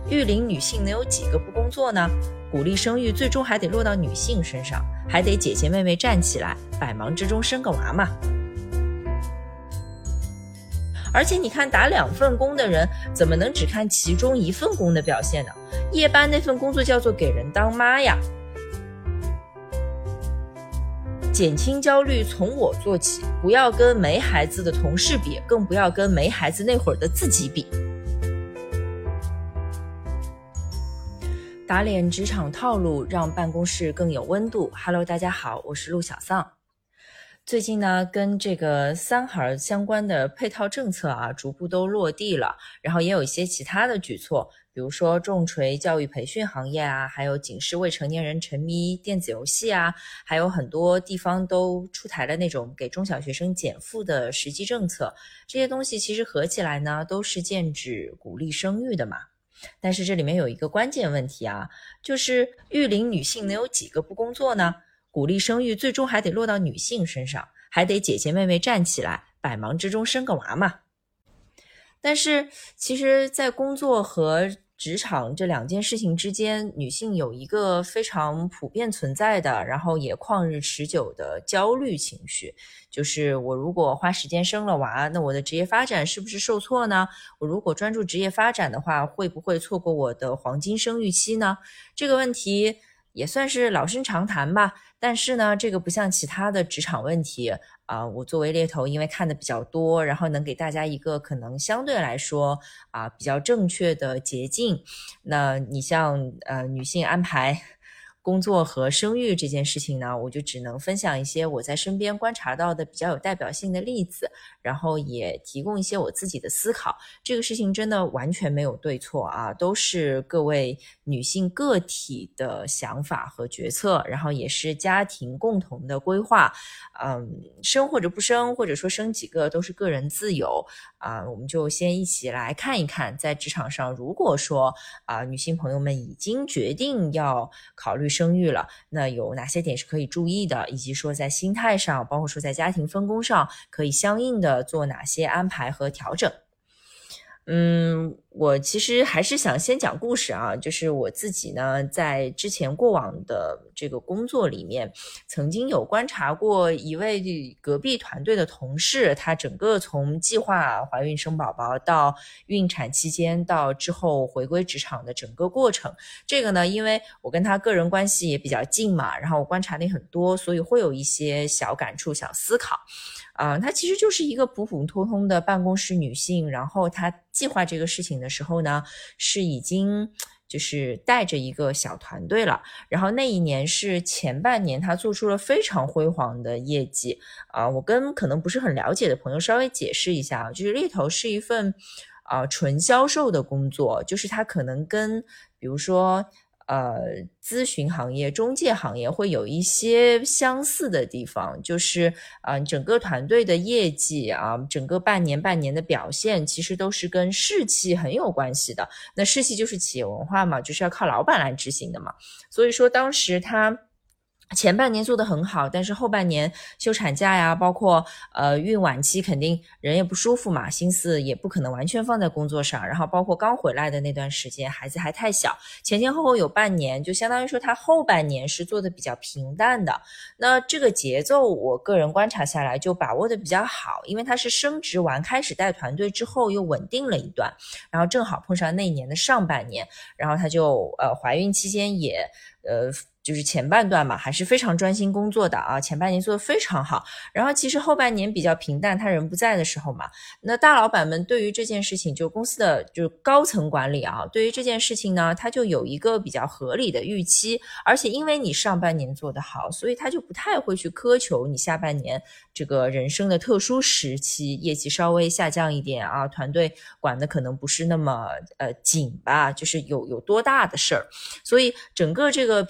育龄女性能有几个不工作呢？鼓励生育最终还得落到女性身上，还得姐姐妹妹站起来，百忙之中生个娃嘛。而且你看打2份工的人怎么能只看其中1份工的表现呢？夜班那份工作叫做给人当妈呀。减轻焦虑从我做起，不要跟没孩子的同事比，更不要跟没孩子那会儿的自己比。打脸职场套路，让办公室更有温度。Hello， 大家好，我是陆小丧。最近呢，跟这个3孩相关的配套政策逐步都落地了，然后也有一些其他的举措，比如说重锤教育培训行业还有警示未成年人沉迷电子游戏还有很多地方都出台了那种给中小学生减负的实际政策。这些东西其实合起来呢，都是剑指鼓励生育的嘛。但是这里面有一个关键问题就是育龄女性能有几个不工作呢？鼓励生育最终还得落到女性身上，还得姐姐妹妹站起来，百忙之中生个娃嘛。但是其实在工作和职场这2件事情之间，女性有一个非常普遍存在的，然后也旷日持久的焦虑情绪，就是我如果花时间生了娃，那我的职业发展是不是受挫呢？我如果专注职业发展的话，会不会错过我的黄金生育期呢？这个问题也算是老生常谈吧，但是呢，这个不像其他的职场问题我作为猎头，因为看的比较多，然后能给大家一个可能相对来说比较正确的捷径。那你像女性安排工作和生育这件事情呢，我就只能分享一些我在身边观察到的比较有代表性的例子，然后也提供一些我自己的思考。这个事情真的完全没有对错都是各位女性个体的想法和决策，然后也是家庭共同的规划。生或者不生，或者说生几个都是个人自由我们就先一起来看一看，在职场上如果说女性朋友们已经决定要考虑生育了，那有哪些点是可以注意的，以及说在心态上，包括说在家庭分工上可以相应的做哪些安排和调整。我其实还是想先讲故事就是我自己呢，在之前过往的这个工作里面，曾经有观察过一位隔壁团队的同事，他整个从计划怀孕生宝宝到孕产期间到之后回归职场的整个过程。这个呢，因为我跟他个人关系也比较近嘛，然后我观察的也很多，所以会有一些小感触、小思考。她其实就是一个普普通通的办公室女性，然后她计划这个事情的时候呢，是已经就是带着一个小团队了，然后那一年是前半年她做出了非常辉煌的业绩我跟可能不是很了解的朋友稍微解释一下就是猎头是一份纯销售的工作，就是它可能跟比如说咨询行业、中介行业会有一些相似的地方，就是整个团队的业绩整个半年的表现其实都是跟士气很有关系的。那士气就是企业文化嘛，就是要靠老板来执行的嘛。所以说当时他前半年做得很好，但是后半年休产假包括孕晚期肯定人也不舒服嘛，心思也不可能完全放在工作上，然后包括刚回来的那段时间孩子还太小，前后有半年，就相当于说他后半年是做的比较平淡的。那这个节奏我个人观察下来就把握的比较好，因为他是升职完开始带团队之后又稳定了一段，然后正好碰上那一年的上半年，然后他就怀孕期间也就是前半段嘛，还是非常专心工作的前半年做得非常好，然后其实后半年比较平淡，他人不在的时候嘛，那大老板们对于这件事情，就公司的就是高层管理对于这件事情呢，他就有一个比较合理的预期，而且因为你上半年做得好，所以他就不太会去苛求你下半年这个人生的特殊时期业绩稍微下降一点团队管的可能不是那么紧吧，就是有多大的事儿，所以整个这个平衡下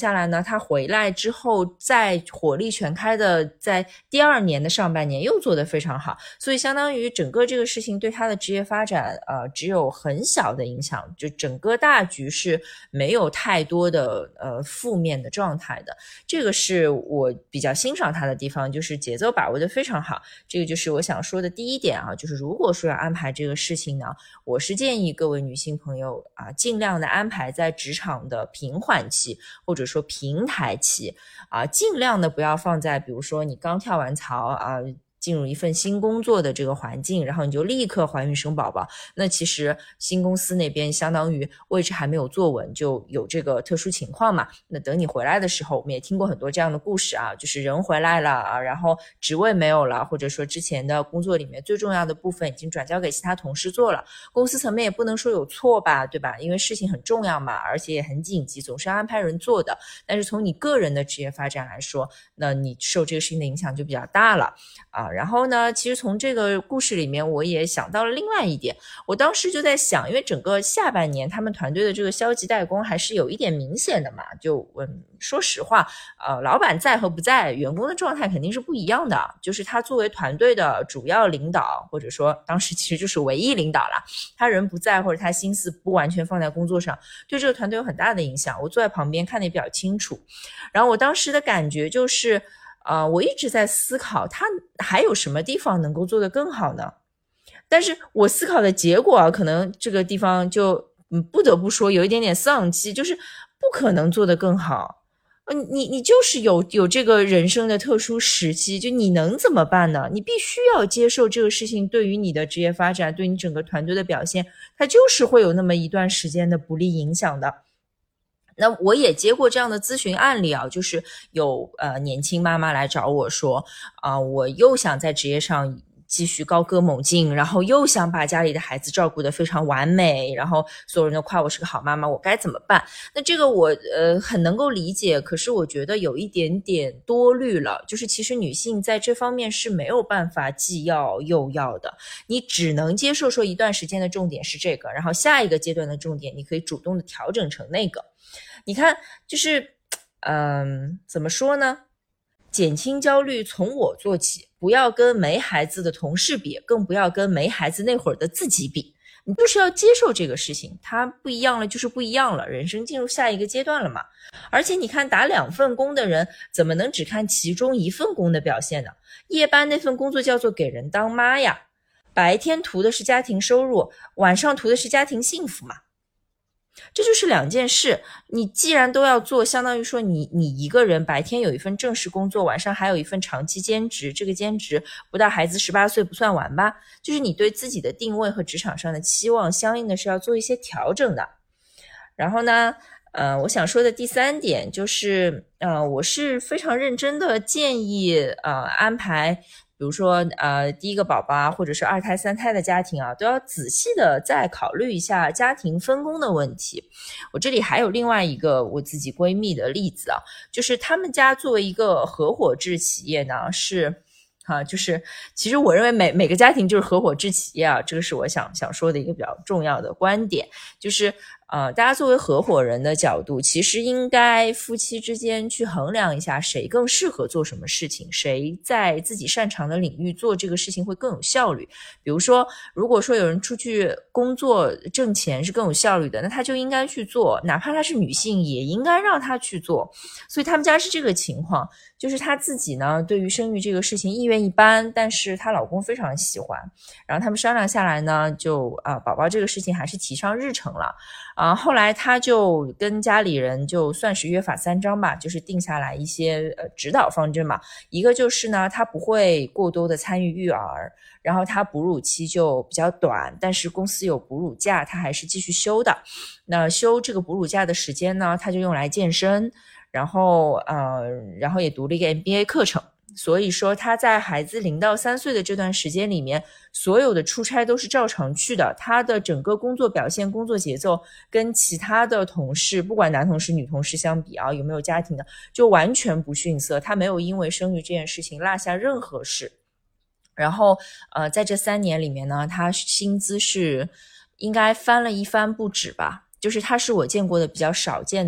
下来呢，他回来之后再火力全开的在第2年的上半年又做得非常好，所以相当于整个这个事情对他的职业发展只有很小的影响，就整个大局是没有太多的负面的状态的。这个是我比较欣赏他的地方，就是节奏把握得非常好。这个就是我想说的第一点啊，就是如果说要安排这个事情呢，我是建议各位女性朋友尽量的安排在职场的平缓期或者说平台期尽量的不要放在比如说你刚跳完槽进入一份新工作的这个环境，然后你就立刻怀孕生宝宝，那其实新公司那边相当于位置还没有坐稳就有这个特殊情况嘛。那等你回来的时候，我们也听过很多这样的故事就是人回来了然后职位没有了，或者说之前的工作里面最重要的部分已经转交给其他同事做了，公司层面也不能说有错吧，对吧？因为事情很重要嘛，而且也很紧急，总是要安排人做的。但是从你个人的职业发展来说，那你受这个事情的影响就比较大了然后呢，其实从这个故事里面我也想到了另外一点，我当时就在想，因为整个下半年他们团队的这个消极怠工还是有一点明显的嘛，就说实话老板在和不在，员工的状态肯定是不一样的，就是他作为团队的主要领导，或者说当时其实就是唯一领导啦，他人不在或者他心思不完全放在工作上，对这个团队有很大的影响。我坐在旁边看得也比较清楚，然后我当时的感觉就是我一直在思考他还有什么地方能够做得更好呢？但是我思考的结果可能这个地方就不得不说有一点点丧气，就是不可能做得更好。你就是有这个人生的特殊时期，就你能怎么办呢？你必须要接受这个事情对于你的职业发展，对你整个团队的表现，它就是会有那么一段时间的不利影响的。那我也接过这样的咨询案例就是有年轻妈妈来找我说我又想在职业上继续高歌猛进，然后又想把家里的孩子照顾得非常完美，然后所有人都夸我是个好妈妈，我该怎么办？那这个我很能够理解，可是我觉得有一点点多虑了，就是其实女性在这方面是没有办法既要又要的，你只能接受说一段时间的重点是这个，然后下一个阶段的重点你可以主动的调整成那个。你看就是怎么说呢，减轻焦虑从我做起，不要跟没孩子的同事比，更不要跟没孩子那会儿的自己比，你就是要接受这个事情，它不一样了就是不一样了，人生进入下一个阶段了嘛。而且你看打2份工的人怎么能只看其中1份工的表现呢？夜班那份工作叫做给人当妈呀，白天图的是家庭收入，晚上图的是家庭幸福嘛。这就是2件事，你既然都要做，相当于说你一个人白天有一份正式工作，晚上还有一份长期兼职，这个兼职不到孩子18岁不算完吧，就是你对自己的定位和职场上的期望相应的是要做一些调整的。然后呢我想说的第3点就是我是非常认真的建议安排比如说第一个宝宝或者是2胎3胎的家庭都要仔细的再考虑一下家庭分工的问题。我这里还有另外一个我自己闺蜜的例子就是他们家作为一个合伙制企业呢是就是其实我认为每个家庭就是合伙制企业这个是我想说的一个比较重要的观点，就是大家作为合伙人的角度，其实应该夫妻之间去衡量一下谁更适合做什么事情，谁在自己擅长的领域做这个事情会更有效率。比如说如果说有人出去工作挣钱是更有效率的，那他就应该去做，哪怕他是女性也应该让他去做。所以他们家是这个情况，就是她自己呢对于生育这个事情意愿一般，但是她老公非常喜欢，然后他们商量下来呢就宝宝这个事情还是提上日程了后来她就跟家里人就算是约法3章吧，就是定下来一些指导方针嘛。一个就是呢她不会过多的参与育儿，然后她哺乳期就比较短，但是公司有哺乳假她还是继续休的，那休这个哺乳假的时间呢她就用来健身，然后也读了一个 MBA 课程。所以说他在孩子0到3岁的这段时间里面，所有的出差都是照常去的，他的整个工作表现工作节奏跟其他的同事不管男同事女同事相比有没有家庭的就完全不逊色，他没有因为生育这件事情落下任何事。然后在这3年里面呢，他薪资是应该翻了一番不止吧，就是他是我见过的比较少见的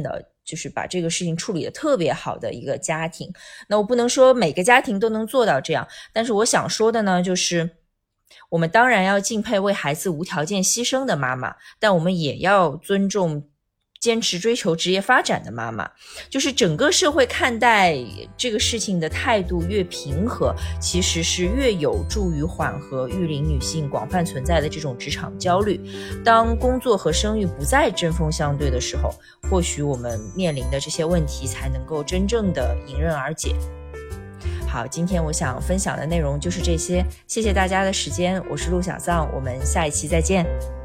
就是把这个事情处理得特别好的一个家庭。那我不能说每个家庭都能做到这样，但是我想说的呢，就是我们当然要敬佩为孩子无条件牺牲的妈妈，但我们也要尊重坚持追求职业发展的妈妈。就是整个社会看待这个事情的态度越平和，其实是越有助于缓和育龄女性广泛存在的这种职场焦虑。当工作和生育不再针锋相对的时候，或许我们面临的这些问题才能够真正的迎刃而解。好，今天我想分享的内容就是这些，谢谢大家的时间，我是陆小藏，我们下一期再见。